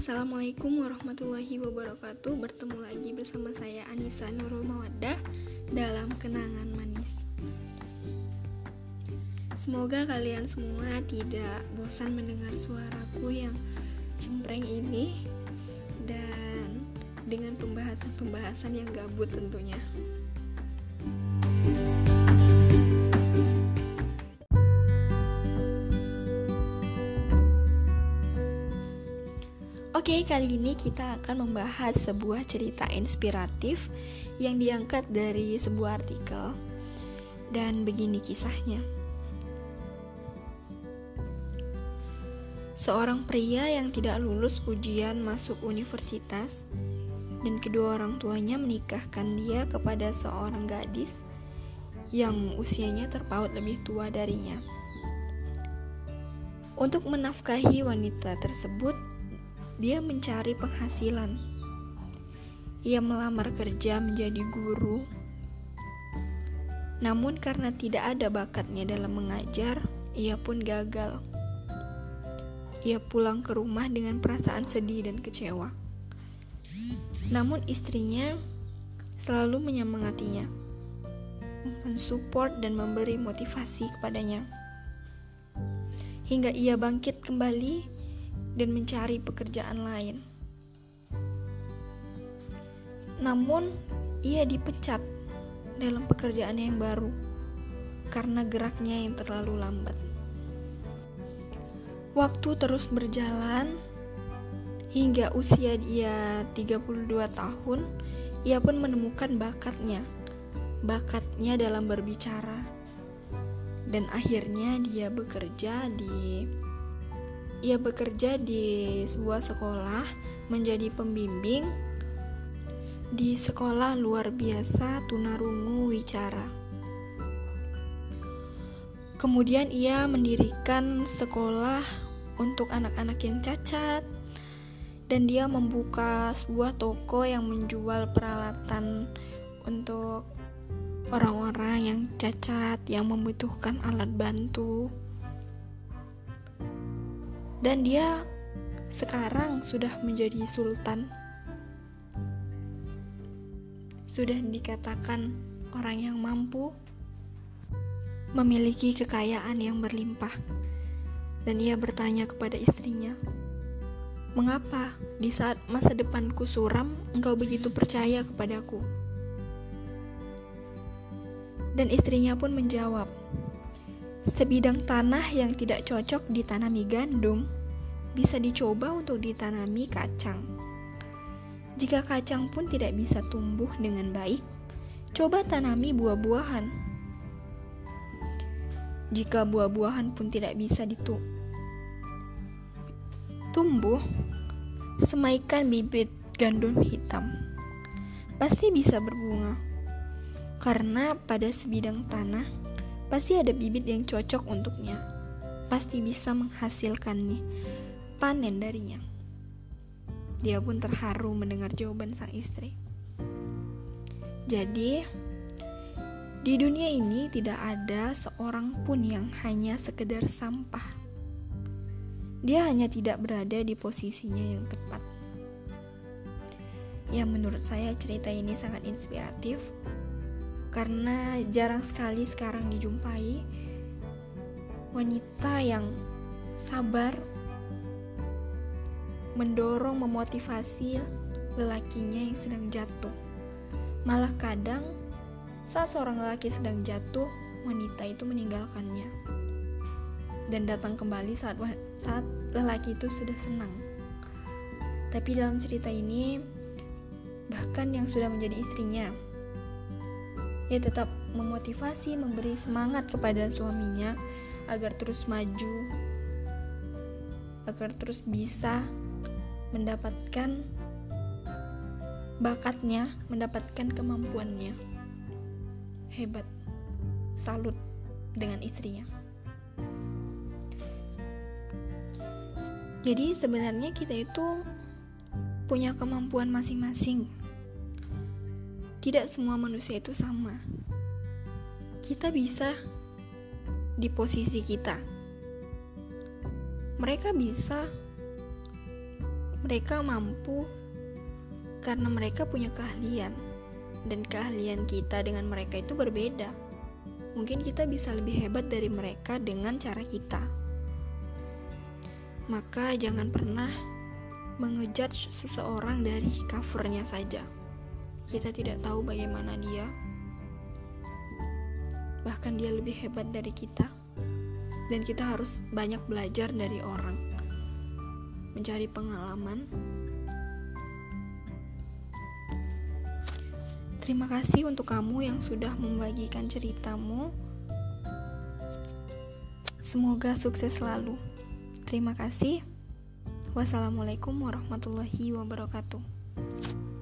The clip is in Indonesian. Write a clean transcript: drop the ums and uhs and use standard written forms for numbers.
Assalamualaikum warahmatullahi wabarakatuh. Bertemu lagi bersama saya Anissa Nurul Mawaddah dalam Kenangan Manis. Semoga kalian semua tidak bosan mendengar suaraku yang cempreng ini dan dengan pembahasan-pembahasan yang gabut tentunya. Oke, kali ini kita akan membahas sebuah cerita inspiratif yang diangkat dari sebuah artikel. Dan begini kisahnya. Seorang pria yang tidak lulus ujian masuk universitas dan kedua orang tuanya menikahkan dia kepada seorang gadis yang usianya terpaut lebih tua darinya. Untuk menafkahi wanita tersebut, dia mencari penghasilan. Ia melamar kerja menjadi guru. Namun karena tidak ada bakatnya dalam mengajar, ia pun gagal. Ia pulang ke rumah dengan perasaan sedih dan kecewa. Namun istrinya selalu menyemangatinya, mensupport dan memberi motivasi kepadanya. Hingga ia bangkit kembali dan mencari pekerjaan lain. Namun, ia dipecat dalam pekerjaan yang baru karena geraknya yang terlalu lambat. Waktu terus berjalan hingga usia dia 32 tahun, ia pun menemukan bakatnya dalam berbicara. Dan akhirnya dia bekerja di sebuah sekolah menjadi pembimbing di sekolah luar biasa tunarungu Wicara. Kemudian ia mendirikan sekolah untuk anak-anak yang cacat dan dia membuka sebuah toko yang menjual peralatan untuk orang-orang yang cacat yang membutuhkan alat bantu. Dan dia sekarang sudah menjadi sultan. Sudah dikatakan orang yang mampu, memiliki kekayaan yang berlimpah. Dan ia bertanya kepada istrinya, "Mengapa di saat masa depanku suram, engkau begitu percaya kepadaku?" Dan istrinya pun menjawab, "Sebidang tanah yang tidak cocok ditanami gandum, bisa dicoba untuk ditanami kacang. Jika kacang pun tidak bisa tumbuh dengan baik, coba tanami buah-buahan. Jika buah-buahan pun tidak bisa tumbuh, semaikan bibit gandum hitam. Pasti bisa berbunga, karena pada sebidang tanah pasti ada bibit yang cocok untuknya. Pasti bisa menghasilkannya, panen darinya." Dia pun terharu mendengar jawaban sang istri. Jadi, di dunia ini tidak ada seorang pun yang hanya sekedar sampah. Dia hanya tidak berada di posisinya yang tepat. Ya, menurut saya cerita ini sangat inspiratif karena jarang sekali sekarang dijumpai wanita yang sabar mendorong, memotivasi lelakinya yang sedang jatuh. Malah kadang saat seorang lelaki sedang jatuh, wanita itu meninggalkannya dan datang kembali saat lelaki itu sudah senang. Tapi dalam cerita ini, bahkan yang sudah menjadi istrinya, ia tetap memotivasi, memberi semangat kepada suaminya agar terus maju, agar terus bisa mendapatkan bakatnya, mendapatkan kemampuannya. Hebat, salut dengan istrinya. Jadi sebenarnya kita itu punya kemampuan masing-masing. Tidak semua manusia itu sama. Kita bisa di posisi kita. Mereka bisa Mereka mampu karena mereka punya keahlian, dan keahlian kita dengan mereka itu berbeda. Mungkin kita bisa lebih hebat dari mereka dengan cara kita. Maka jangan pernah mengejudge seseorang dari covernya saja. Kita tidak tahu bagaimana dia. Bahkan dia lebih hebat dari kita. Dan kita harus banyak belajar dari orang. Mencari pengalaman. Terima kasih untuk kamu yang sudah membagikan ceritamu. Semoga sukses selalu. Terima kasih. Wassalamualaikum warahmatullahi wabarakatuh.